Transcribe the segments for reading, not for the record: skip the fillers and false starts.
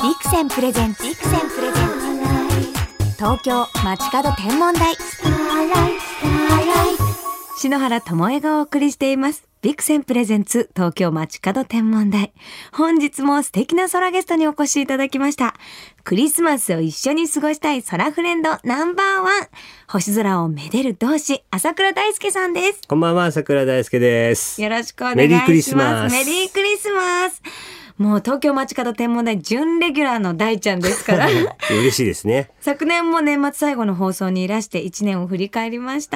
ビクセンプレゼンツ東京街角天文台、篠原智恵がお送りしていますビクセンプレゼンツ東京街角天文台。本日も素敵な空ゲストにお越しいただきました。クリスマスを一緒に過ごしたい空フレンドナンバーワン、星空をめでる同志朝倉大輔さんです。 こんばんは、朝倉大輔です。 よろしくお願いします。 メリークリスマス。 メリークリスマス。もう東京街角天文台準レギュラーの大ちゃんですから嬉しいですね。 昨年も年末最後の放送にいらして1年を振り返りました、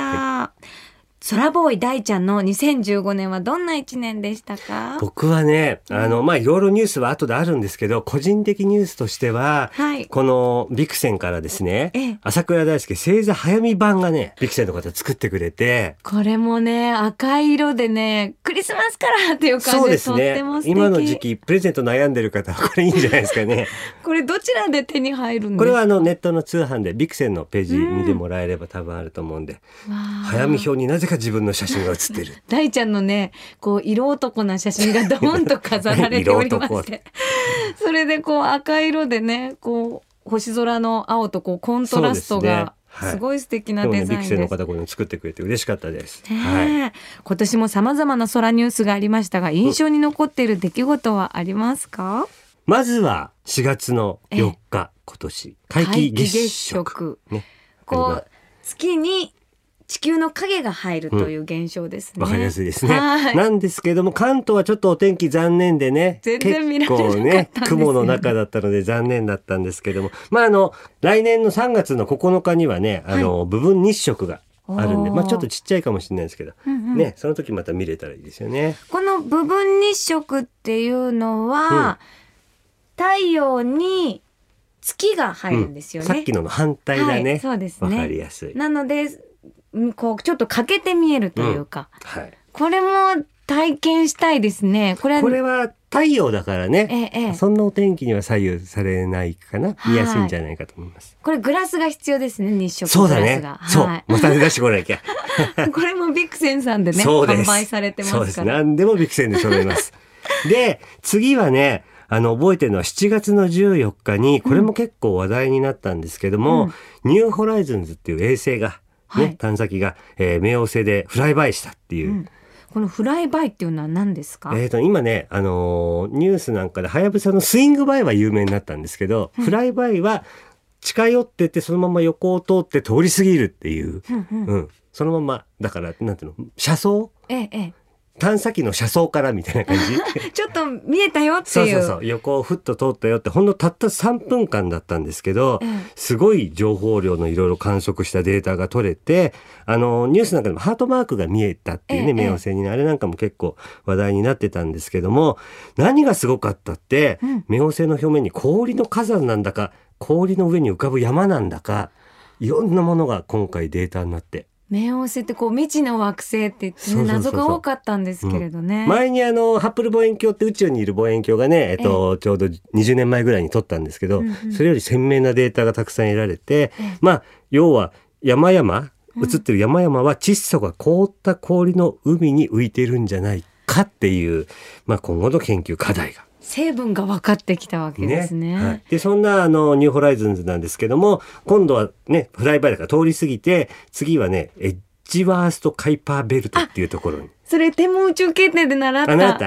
空ボーイ大ちゃんの2015年はどんな1年でしたか？ 僕はね、いろいろニュースは後であるんですけど、個人的ニュースとしては、このビクセンからですね、朝倉大輔星座早見版がね、ビクセンの方作ってくれて、 これもね、赤い色でね、クリスマスからっていう感じで、とっても素敵。 今の時期プレゼント悩んでる方はこれいいんじゃないですかね。 これどちらで手に入るんですか？ これはネットの通販でビクセンのページ見てもらえれば多分あると思うんで、早見表になぜか自分の写真が写ってる。 大ちゃんのね、こう色男な写真がドーンと飾られておりましてそれでこう赤色でね、こう星空の青とこうコントラストがすごい素敵なデザインです。 ビクセンの方これ作ってくれて嬉しかったです、 今年も様々な空ニュースがありましたが、印象に残っている出来事はありますか？ まずは4月の4日、今年皆既月食、 こう月に地球の影が入るという現象ですね。 わかりやすいですね。なんですけども、関東はちょっとお天気残念でね、 全然見られなかったんですよね。 結構ね、雲の中だったので残念だったんですけども、来年の3月の9日にはね、部分日食があるんで、ちょっとちっちゃいかもしれないですけど、ね、その時また見れたらいいですよね。 この部分日食っていうのは、太陽に月が入るんですよね。 さっきの反対だね。 そうですね。 わかりやすい。 なのでこうちょっと欠けて見えるというか、これも体験したいですね。これは太陽だからね、そんなお天気には左右されないかな、見やすいんじゃないかと思います。 これグラスが必要ですね、日食そうだグラスが。 ね、そう、また出してこなきゃこれもビクセンさんでね、販売されてますから。 そうです、何でもビクセンで揃いますで、次はね、覚えてるのは7月の14日に、これも結構話題になったんですけども、ニューホライズンズっていう衛星が探査機が、冥王星でフライバイしたっていう、 このフライバイっていうのは何ですか？ 今ね、ニュースなんかではやぶさのスイングバイは有名になったんですけど、フライバイは近寄っててそのまま横を通って通り過ぎるっていう、そのままだから、なんていうの、車窓、探査機の車窓からみたいな感じちょっと見えたよっていう。 そう横をふっと通ったよって、ほんのたった3分間だったんですけど、すごい情報量のいろいろ観測したデータが取れて、ニュースなんかでもハートマークが見えたっていうね、冥王星にね、あれなんかも結構話題になってたんですけども、何がすごかったって、冥王星の表面に氷の火山なんだか、氷の上に浮かぶ山なんだか、いろんなものが今回データになって、 冥王星ってこう未知の惑星って言ってね、謎が多かったんですけれどね。 前にハッブル望遠鏡って宇宙にいる望遠鏡がね、ちょうど20年前ぐらいに撮ったんですけど、それより鮮明なデータがたくさん得られて、要は映ってる山々は窒素が凍った氷の海に浮いているんじゃないかっていう、今後の研究課題が。 成分が分かってきたわけですね。 で、そんなニューホライズンズなんですけども、今度はね、フライバイだから通り過ぎて、次はね、エッジワーストカイパーベルトっていうところに。 それ天文宇宙検定で習った。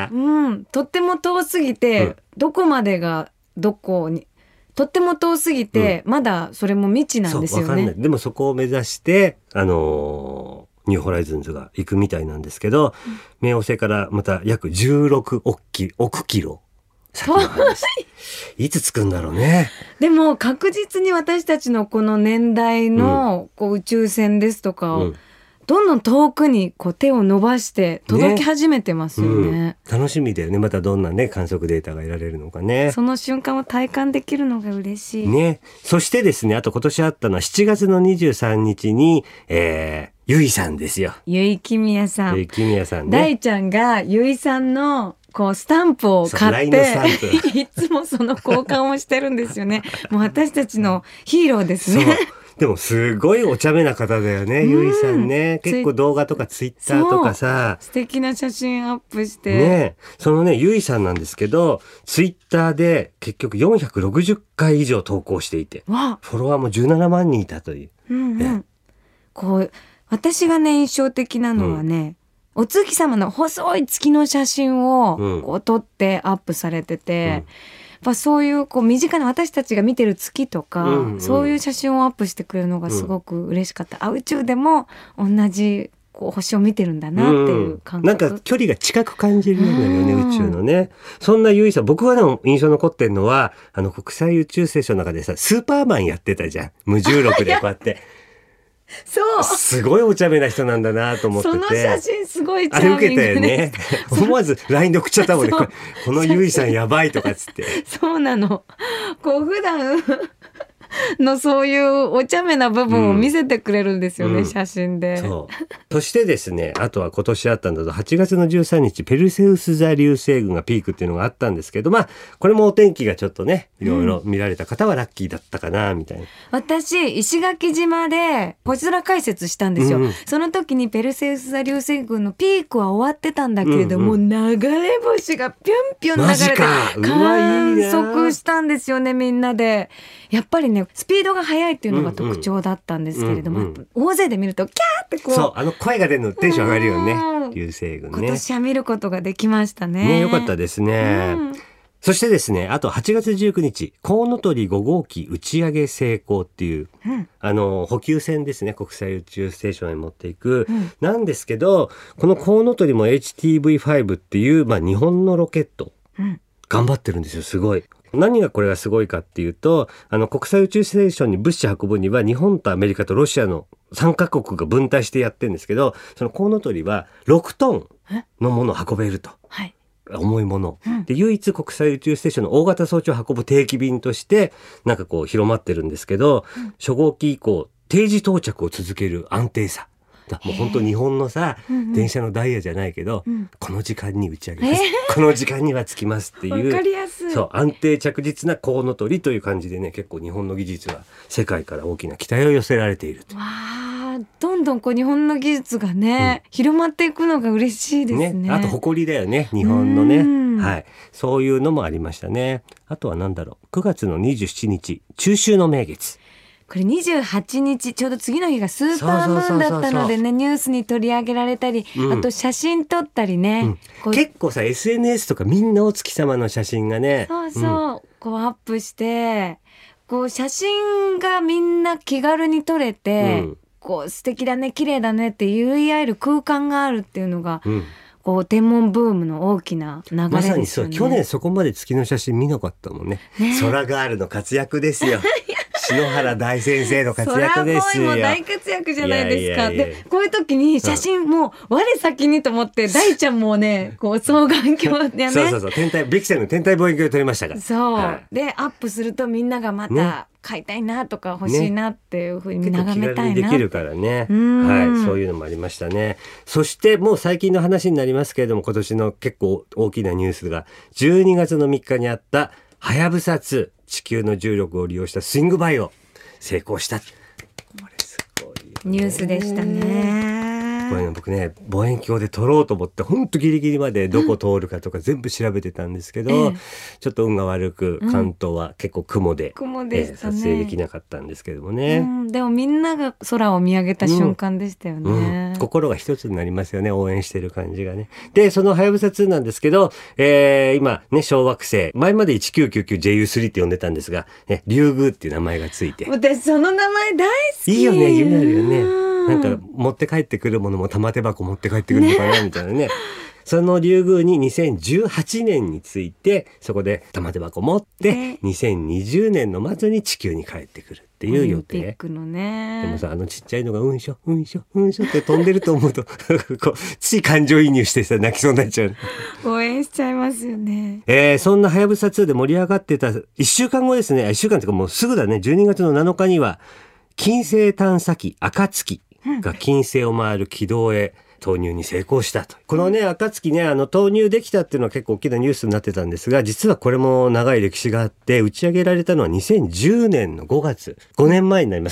とっても遠すぎて、どこまでがどこに、とっても遠すぎて、まだそれも未知なんですよね。 わかんない。でもそこを目指してニューホライズンズが行くみたいなんですけど、冥王星からまた約16億キロいつ着くんだろうね。 でも確実に私たちのこの年代のこう宇宙船ですとかをどんどん遠くにこう手を伸ばして届き始めてますよね。 楽しみだよね。またどんなね観測データが得られるのかね。 その瞬間を体感できるのが嬉しいね。そしてですね、あと今年あったのは7月の23日に、ゆいさんですよ。 ゆいきみやさん。 ゆいきみやさんね。 大ちゃんがゆいさんのこうスタンプを買っていつもその交換をしてるんですよね。もう私たちのヒーローですね。 でもすごいお茶目な方だよね、ゆいさんね。結構動画とかツイッターとかさ、 素敵な写真アップして。 ね、そのね、ゆいさんなんですけど、ツイッターで結局460回以上投稿していて、フォロワーも17万人いたという。 こう、私がね、印象的なのはね、お月様の細い月の写真をこう撮ってアップされてて、そういうこう身近な私たちが見てる月とか、そういう写真をアップしてくれるのがすごく嬉しかった。宇宙でも同じこう星を見てるんだなっていう感覚、 なんか距離が近く感じるようになるよね、宇宙のね。そんなゆいさん、僕はね、印象残ってるのは国際宇宙ステーションの中でさ、スーパーマンやってたじゃん、無重力でこうやってそうすごいお茶目な人なんだなと思ってて、 その写真すごいチャーミングで、 あれ受けたよね思わず LINE で送っちゃったもんね、このゆいさんやばいとかっつってそうなの、こう普段のそういうお茶目な部分を見せてくれるんですよね、写真で。 そしてですね、あとは今年あったんだと8月の13日ペルセウス座流星群がピークっていうのがあったんですけど、これもお天気がちょっとね、いろいろ見られた方はラッキーだったかなみたいな。 私石垣島で星空解説したんですよ、その時にペルセウス座流星群のピークは終わってたんだけれども、流れ星がピュンピュン流れて観測したんですよね、みんなで。やっぱりね、スピードが速いっていうのが特徴だったんですけれども、大勢で見るとキャーってこう、 そう声が出るのテンション上がるよね、流星群ね。 今年は見ることができましたね。 よかったですね、そしてですね、あと8月19日コウノトリ5号機打ち上げ成功っていう、補給船ですね、国際宇宙ステーションへ持っていく、なんですけど、このコウノトリも HTV5 っていう、日本のロケット、頑張ってるんですよ。すごい。何がこれがすごいかっていうと、国際宇宙ステーションに物資運ぶには日本とアメリカとロシアの3カ国が分担してやってるんですけど、そのコウノトリは6トンのものを運べると、重いもの、で唯一国際宇宙ステーションの大型装置を運ぶ定期便としてなんかこう広まってるんですけど、初号機以降定時到着を続ける安定さ、もう本当日本のさ、電車のダイヤじゃないけど、この時間に打ち上げます、この時間には着きますっていう、 わかりやすい。 そう安定着実なコウノトリという感じでね、結構日本の技術は世界から大きな期待を寄せられていると。 どんどんこう日本の技術がね、広まっていくのが嬉しいですね。 あと誇りだよね、日本のね、そういうのもありましたね。あとは何だろう、9月の27日中秋の名月、 これ28日ちょうど次の日がスーパームーンだったのでね、ニュースに取り上げられたり、あと写真撮ったりね、 結構さ SNS とかみんなお月様の写真がね、 こうアップして、こう写真がみんな気軽に撮れて、こう素敵だね綺麗だねって言い合える空間があるっていうのが、こう天文ブームの大きな流れですよね。 まさにそう。去年そこまで月の写真見なかったもんね。空ガールの活躍ですよ篠原大先生の活躍ですよ。 空ボーイも大活躍じゃないですか。でこういう時に写真も我先にと思って、大ちゃんもねこう双眼鏡でねそう天体ビクセルの天体望遠鏡を撮りましたから。 でアップするとみんながまた、買いたいなとか欲しいなっていう風に眺めたいな、 結構気軽にできるからね、そういうのもありましたね。そしてもう最近の話になりますけれども、今年の結構大きなニュースが12月の3日にあったはやぶさ2、地球の重力を利用したスイングバイオ成功した。これすごい、 ニュースでしたね。 これね、僕ね望遠鏡で撮ろうと思ってほんとギリギリまでどこ通るかとか全部調べてたんですけど、ちょっと運が悪く関東は結構雲で、撮影できなかったんですけどもね、 でもみんなが空を見上げた瞬間でしたよね、 心が一つになりますよね、応援してる感じがね。でそのはやぶさ2なんですけど、今ね小惑星、前まで 1999JU3 って呼んでたんですが、リュウグウっていう名前がついて、 私その名前大好き。 いいよね、夢あるよね。なんか持って帰ってくるものも玉手箱持って帰ってくるのかなみたいなねそのリュウグウに2018年について、そこで玉手箱持って2020年の末に地球に帰ってくるっていう予定。 オリンピックのね。 でもさ、ちっちゃいのがうんしょって飛んでると思うとこうつい感情移入してさ泣きそうになっちゃう応援しちゃいますよね。 そんなはやぶさ2で盛り上がってた1週間後ですね、1週間というかもうすぐだね、12月の7日には金星探査機暁が金星を回る軌道へ投入に成功したと。このね暁ね、投入できたっていうのは結構大きなニュースになってたんですが、実はこれも長い歴史があって、打ち上げられたのは2010年の5月、5年前になりますか。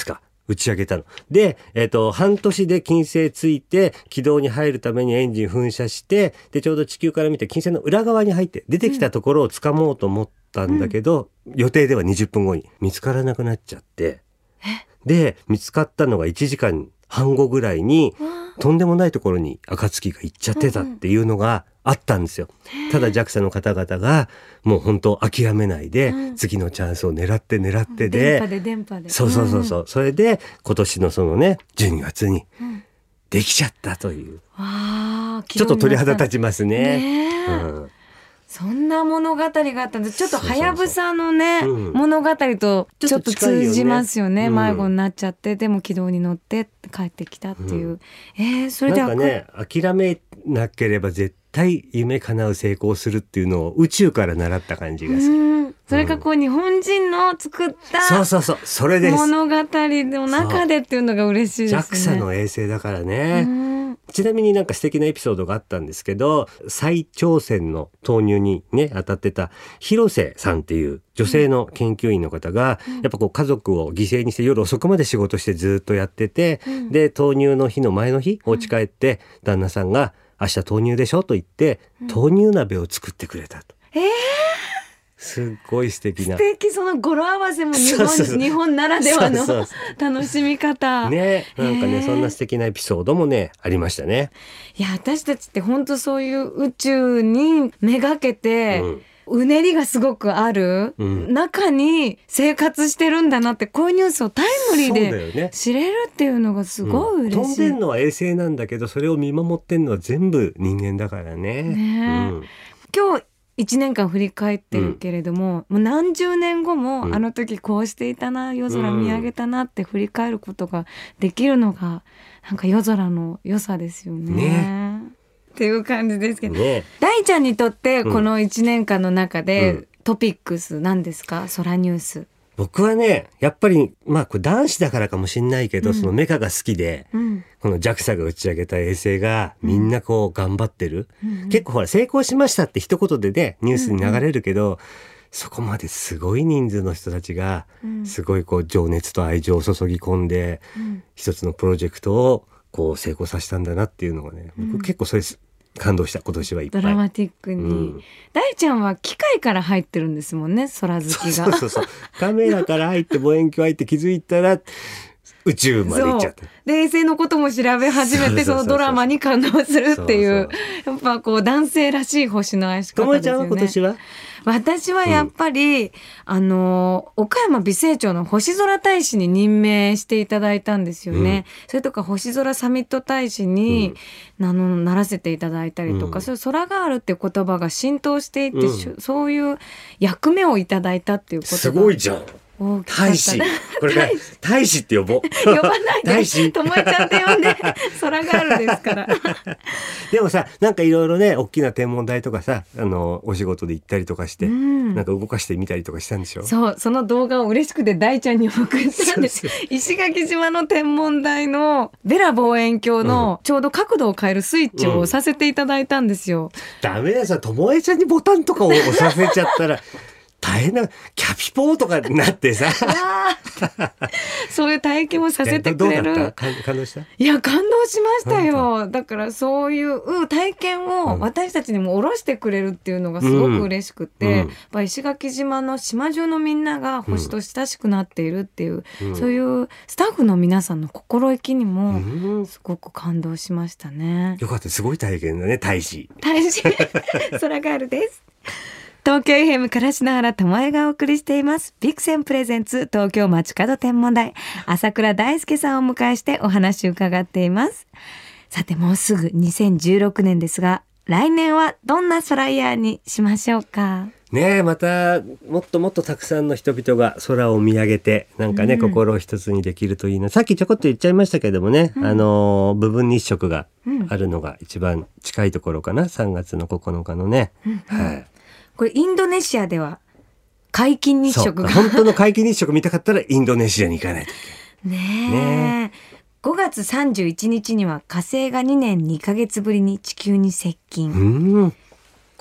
打ち上げたの。で、半年で金星ついて軌道に入るためにエンジン噴射して、でちょうど地球から見て金星の裏側に入って出てきたところを掴もうと思ったんだけど、予定では20分後に見つからなくなっちゃって、で見つかったのが1時間半後ぐらいにとんでもないところに暁が行っちゃってたっていうのがあったんですよ。ただ JAXA の方々がもう本当諦めないで、次のチャンスを狙ってで、 電波でそう、それで今年のそのね12月にできちゃったという、ちょっと鳥肌立ちますね。 そんな物語があったんで、ちょっとはやぶさのね、物語とちょっと通じますよね。迷子になっちゃって、でも軌道に乗って帰ってきたっていう、それでなんかね、諦めなければ絶対夢叶う成功するっていうのを宇宙から習った感じがする。 それがこう日本人の作ったそれです物語の中でっていうのが嬉しいですね。 JAXA の衛星だからね。ちなみになんか素敵なエピソードがあったんですけど、再挑戦の投入にね当たってた広瀬さんっていう女性の研究員の方が、やっぱこう家族を犠牲にして夜遅くまで仕事してずっとやってて、で投入の日の前の日お家帰って旦那さんが明日投入でしょと言って豆乳鍋を作ってくれたと。すっごい素敵な。 素敵。その語呂合わせも日本ならではの楽しみ方。 ね、なんかね、そんな素敵なエピソードもねありましたね。 いや、私たちって本当そういう宇宙にめがけて、うねりがすごくある、中に生活してるんだなって、こういうニュースをタイムリーで知れるっていうのがすごい嬉しい。 飛んでんのは衛星なんだけど、それを見守ってんのは全部人間だからね。 今日1年間振り返ってるけれども、もう何十年後も、あの時こうしていたな、夜空見上げたなって振り返ることができるのがなんか夜空の良さですよね。っていう感じですけど、大ちゃんにとってこの1年間の中でトピックスなんですか？空ニュース。 僕はね、やっぱりこれ男子だからかもしれないけど、そのメカが好きで、この JAXA が打ち上げた衛星がみんなこう頑張ってる、結構ほら成功しましたって一言でねニュースに流れるけど、そこまですごい人数の人たちがすごいこう情熱と愛情を注ぎ込んで、一つのプロジェクトをこう成功させたんだなっていうのがね、僕結構それ感動した。今年はいっぱいドラマティックに、大ちゃんは機械から入ってるんですもんね、空好きが。 そうカメラから入って望遠鏡入って気づいたら宇宙まで行っちゃった。 で衛星のことも調べ始めて、そのドラマに感動するっていう、やっぱこう男性らしい星の愛し方ですよね。ともえちゃんは今年は？私はやっぱり、岡山美星町の星空大使に任命していただいたんですよね。それとか星空サミット大使に、ならせていただいたりとか、そういう空ガールっていう言葉が浸透していて、そういう役目をいただいたっていうことがすごいじゃん。大使、これから大使って呼ぼう。 呼ばないで、ともえちゃんって呼んで、空ガールですから。 でもさ、なんかいろいろね、大きな天文台とかさ、お仕事で行ったりとかして、なんか動かしてみたりとかしたんでしょ？ そう、その動画を嬉しくて大ちゃんに送ったんです。石垣島の天文台のベラ望遠鏡のちょうど角度を変えるスイッチを押させていただいたんですよ。 ダメだよ、ともえちゃんにボタンとかを押させちゃったら。大変なキャピポーとかになってさそういう体験をさせてくれる。 どうだった？感動した？ いや、感動しましたよ。だからそういう体験を私たちにも下ろしてくれるっていうのがすごく嬉しくて、やっぱ石垣島の島中のみんなが星と親しくなっているっていう、そういうスタッフの皆さんの心意気にもすごく感動しましたね。 よかった。すごい体験だね。大使空ガールです。東京 FM 烏原智恵がお送りしていますビクセンプレゼンツ東京街角天文台、朝倉大輔さんをお迎えしてお話を伺っています。さて、もうすぐ2016年ですが、来年はどんな空イヤーにしましょうかね。またもっともっとたくさんの人々が空を見上げて、なんかね、心を一つにできるといいな。さっきちょこっと言っちゃいましたけどもね、部分日食があるのが一番近いところかな、3月の9日のね、はい。 これインドネシアでは皆既日食が、 本当の皆既日食見たかったらインドネシアに行かないといけないね。5月31日には火星が2年2ヶ月ぶりに地球に接近。5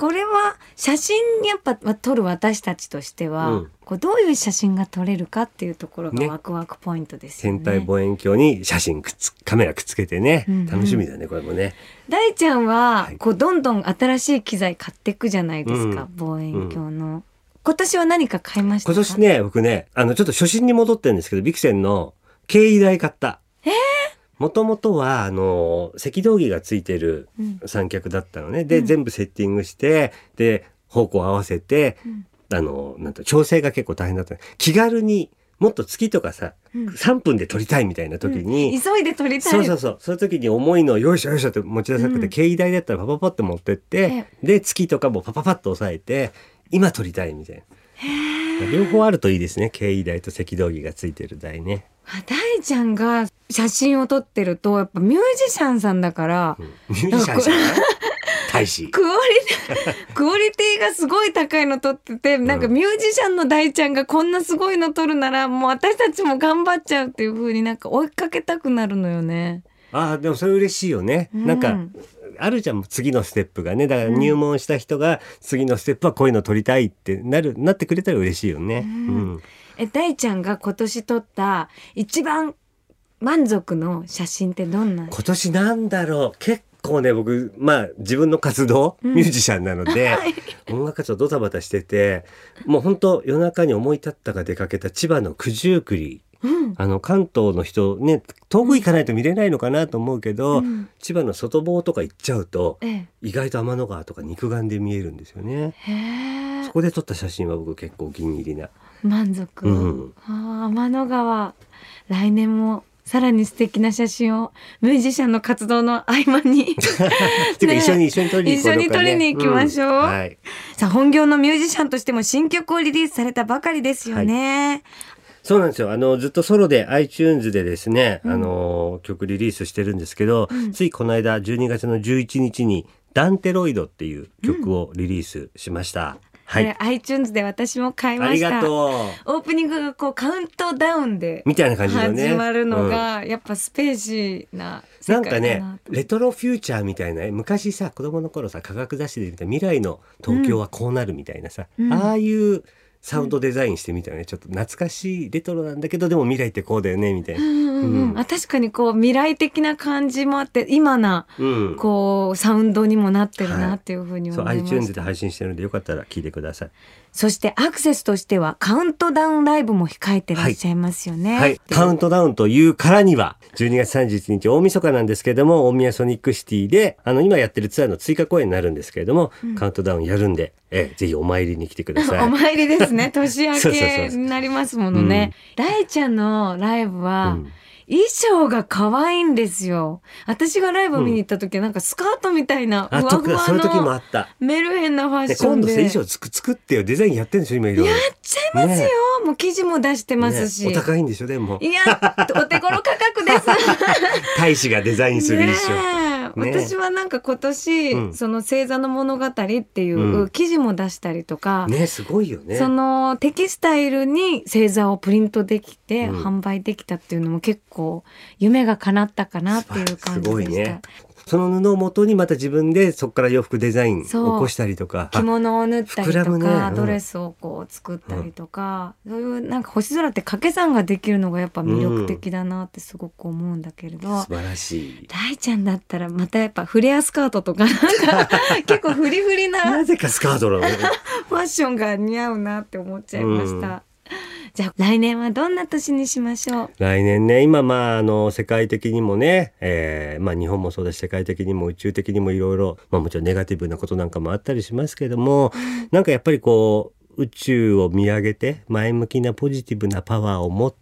これは写真やっぱ撮る私たちとしては、こうどういう写真が撮れるかっていうところがワクワクポイントですよね。 天体望遠鏡に写真カメラくっつけてね、楽しみだねこれもね。 大ちゃんはこうどんどん新しい機材買っていくじゃないですか、望遠鏡の。今年は何か買いましたか？ 今年ね僕ねちょっと初心に戻ってるんですけど、ビクセンの軽移台買った。もともとは赤道儀がついてる三脚だったのね。で、全部セッティングしてで方向を合わせて、なんと調整が結構大変だった。気軽にもっと月とかさ、3分で撮りたいみたいな時に、 急いで撮りたい。 そういう時に重いのをよいしょよいしょって持ち出さなくて、軽移台だったらパパパって持ってって、で月とかもパパパッと押さえて今撮りたいみたいな。両方あるといいですね。軽移台と赤道儀がついてる台ね。 大ちゃんが写真を撮ってるとやっぱミュージシャンさんだから、 ミュージシャンじゃない大使クオリティがすごい高いの撮ってて、なんかミュージシャンの大ちゃんがこんなすごいの撮るならもう私たちも頑張っちゃうっていう風になんか追いかけたくなるのよね。 でもそれ嬉しいよね。なんかあるじゃん、次のステップがね。だから入門した人が次のステップはこういうの撮りたいってなってくれたら嬉しいよね。 大ちゃんが今年撮った一番満足の写真ってどんな？ 今年なんだろう。結構ね僕自分の活動、ミュージシャンなので、音楽活動ドタバタしてて、もう本当夜中に思い立ったが出かけた千葉の九十九里。関東の人ね遠く行かないと見れないのかなと思うけど、千葉の外房とか行っちゃうと、意外と天の川とか肉眼で見えるんですよね。そこで撮った写真は僕結構お気に入りな。 満足。天の川、来年もさらに素敵な写真をミュージシャンの活動の合間にてか一緒に撮りに行こうとかね。 一緒に撮りに行きましょう。さあ本業のミュージシャンとしても新曲をリリースされたばかりですよね。 そうなんですよ。ずっとソロで iTunes でですね、曲リリースしてるんですけど、ついこの間12月の11日にダンテロイドっていう曲をリリースしました。 これ iTunes で私も買いました。 ありがとう。オープニングがこうカウントダウンでみたいな感じのね始まるのが、やっぱスペーシーな世界だなと。 なんかねレトロフューチャーみたいな、昔さ子供の頃さ科学雑誌で見た未来の東京はこうなるみたいなさ、ああいうサウンドデザインしてみたらね、ちょっと懐かしいレトロなんだけどでも未来ってこうだよねみたいな。 確かにこう未来的な感じもあって今な、こうサウンドにもなってるなっていうふうに思いました。 iTunes で配信してるのでよかったら聞いてください。 そしてアクセスとしてはカウントダウンライブも控えてらっしゃいますよね。 カウントダウンというからには12月31日大晦日なんですけれども、大宮ソニックシティで今やってるツアーの追加公演になるんですけれども、カウントダウンやるんで、ぜひお参りに来てください。 お参りですね。年明けになりますものね。大ちゃんのライブは、衣装が可愛いんですよ。私がライブ見に行った時はなんかスカートみたいなふわふわそういう時もあのったメルヘンなファッションで。 今度衣装作ってよ。デザインやってるんでしょ今いろいろ。 やっちゃいますよ。もう生地も出してますし。 お高いんでしょでも。 いやお手頃価格です。 大使がデザインする衣装。 私はなんか今年、その星座の物語っていう記事も出したりとか、 すごいよね。 そのテキスタイルに星座をプリントできて販売できたっていうのも結構夢が叶ったかなっていう感じでした。すごいね。 その布を元にまた自分でそこから洋服デザイン起こしたりとか、 着物を縫ったりとか、ドレスをこう作ったりとか、そういうなんか星空って掛け算ができるのがやっぱ魅力的だなってすごく思うんだけれど、 素晴らしい。 大ちゃんだったらまたやっぱフレアスカートとかなんか結構フリフリななぜかスカートなのファッションが似合うなって思っちゃいました。じゃあ来年はどんな年にしましょう。 来年ね、今世界的にもね、日本もそうだし世界的にも宇宙的にもいろいろもちろんネガティブなことなんかもあったりしますけども、なんかやっぱりこう宇宙を見上げて前向きなポジティブなパワーを持って、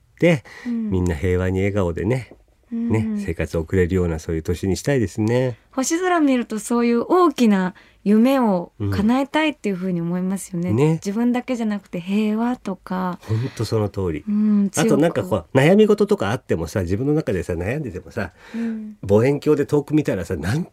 みんな平和に笑顔でね、生活を送れるようなそういう年にしたいですね。 星空見るとそういう大きな夢を叶えたいっていう風に思いますよね。自分だけじゃなくて平和とか。 本当その通り。あとなんかこう悩み事とかあってもさ、自分の中でさ悩んでてもさ、望遠鏡で遠く見たらさ、なんて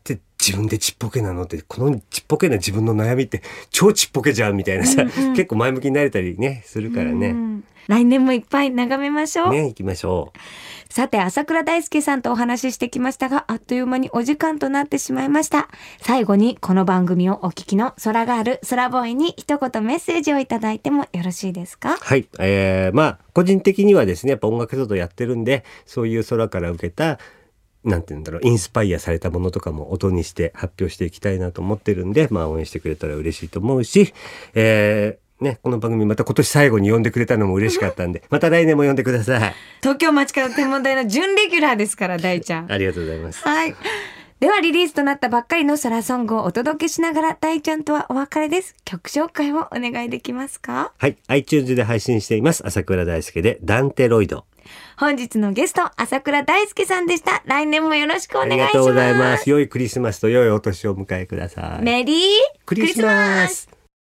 自分でちっぽけなのって、このちっぽけな自分の悩みって超ちっぽけじゃんみたいなさ、結構前向きになれたりねするからね、 来年もいっぱい眺めましょう。 ね、行きましょう。 さて、朝倉大輔さんとお話ししてきましたが、あっという間にお時間となってしまいました。最後にこの番組をお聞きの空ガール、空ボーイに一言メッセージをいただいてもよろしいですか？ はい、個人的にはですね、やっぱ音楽活動やってるんで、そういう空から受けたなんていうんだろう、インスパイアされたものとかも音にして発表していきたいなと思ってるんで、応援してくれたら嬉しいと思うし、この番組また今年最後に呼んでくれたのも嬉しかったんで、また来年も呼んでください。 東京街角天文台の準レギュラーですから、大ちゃん。 ありがとうございます。 はい。ではリリースとなったばっかりの空ソングをお届けしながら、大ちゃんとはお別れです。曲紹介をお願いできますか？ はい、iTunes で配信しています。朝倉大輔でダンテロイド。 本日のゲスト、朝倉大輔さんでした。来年もよろしくお願いします。 ありがとうございます。良いクリスマスと良いお年をお迎えください。 メリークリスマス。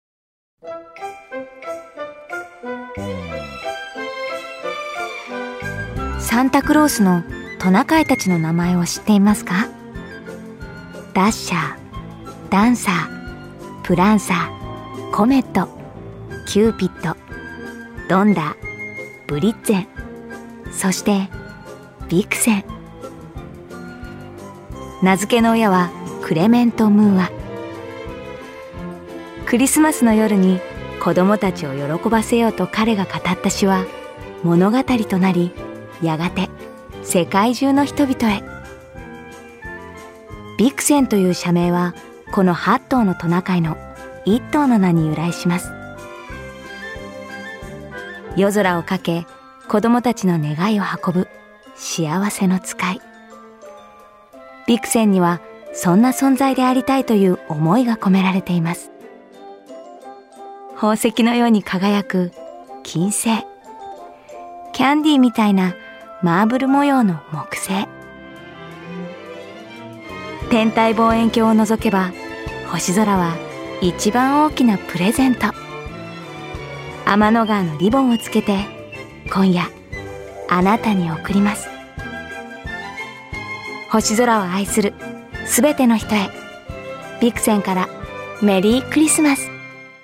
サンタクロースのトナカイたちの名前を知っていますか？ダッシャー、ダンサー、プランサー、コメット、キューピッド、ドンダー、ブリッツェン、そしてビクセン。名付けの親はクレメント・ムーア。クリスマスの夜に子供たちを喜ばせようと彼が語った詩は物語となり、やがて世界中の人々へ。ビクセンという社名はこの8頭のトナカイの1頭の名に由来します。夜空をかけ子供たちの願いを運ぶ幸せの使い。ビクセンにはそんな存在でありたいという思いが込められています。宝石のように輝く金星、キャンディーみたいなマーブル模様の木星。天体望遠鏡を覗けば星空は一番大きなプレゼント。天の川のリボンをつけて今夜あなたに贈ります。星空を愛するすべての人へ、ビクセンからメリークリスマス。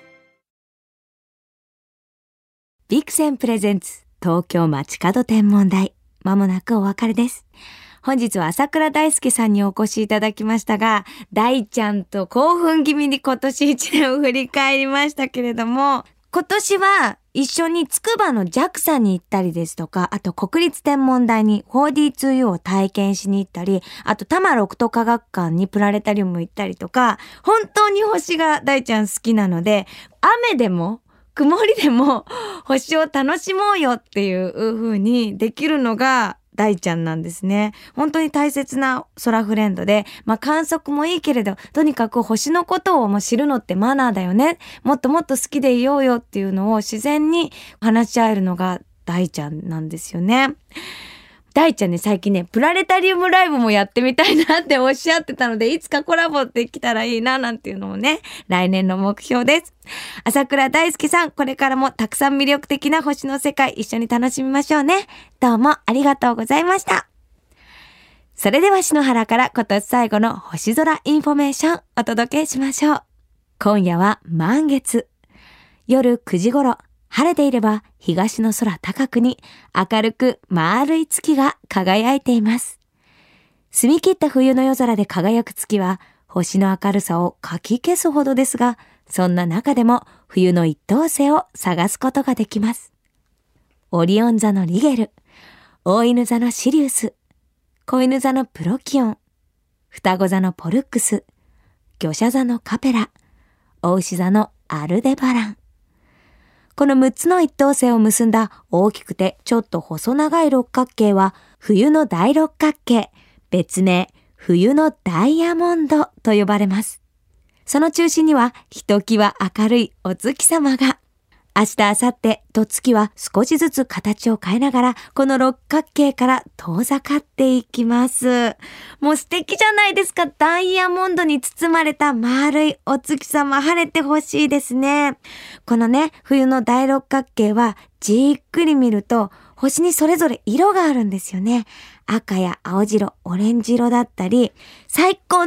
ビクセンプレゼンツ東京街角天文台、まもなくお別れです。本日は朝倉大輔さんにお越しいただきましたが、大ちゃんと興奮気味に今年1年を振り返りましたけれども、今年は一緒に筑波の JAXA に行ったりですとか、あと国立天文台に 4D2U を体験しに行ったり、あと多摩六都科学館にプラネタリウム行ったりとか、本当に星が大ちゃん好きなので、雨でも曇りでも星を楽しもうよっていう風にできるのが大ちゃんなんですね。本当に大切な空フレンドで、観測もいいけれど、とにかく星のことを知るのってマナーだよね。もっともっと好きでいようよっていうのを自然に話し合えるのが大ちゃんなんですよね。大ちゃんね、最近ね、プラネタリウムライブもやってみたいなっておっしゃってたので、いつかコラボできたらいいななんていうのもね、来年の目標です。朝倉大輔さん、これからもたくさん魅力的な星の世界一緒に楽しみましょうね。どうもありがとうございました。それでは篠原から今年最後の星空インフォメーションお届けしましょう。今夜は満月。夜9時頃、晴れていれば東の空高くに明るく丸い月が輝いています。澄み切った冬の夜空で輝く月は星の明るさをかき消すほどですが、そんな中でも冬の一等星を探すことができます。オリオン座のリゲル、大犬座のシリウス、子犬座のプロキオン、双子座のポルックス、魚舎座のカペラ、お牛座のアルデバラン。この6つの一等星を結んだ大きくてちょっと細長い六角形は冬の大六角形、別名冬のダイヤモンドと呼ばれます。その中心にはひときわ明るいお月様が。明日、明後日と月は少しずつ形を変えながらこの六角形から遠ざかっていきます。もう素敵じゃないですか。ダイヤモンドに包まれた丸いお月様、晴れてほしいですね。このね、冬の大六角形はじっくり見ると星にそれぞれ色があるんですよね。赤や青白、オレンジ色だったり、最高の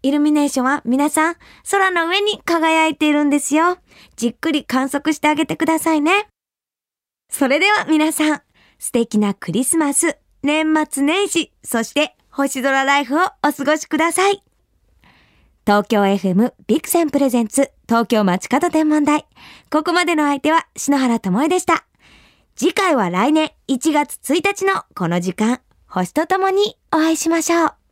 イルミネーションは皆さん空の上に輝いているんですよ。じっくり観測してあげてくださいね。それでは皆さん、素敵なクリスマス、年末年始、そして星空ライフをお過ごしください。東京 FM ビクセンプレゼンツ東京街角天文台。ここまでの相手は篠原ともえでした。次回は来年1月1日のこの時間、星とともにお会いしましょう。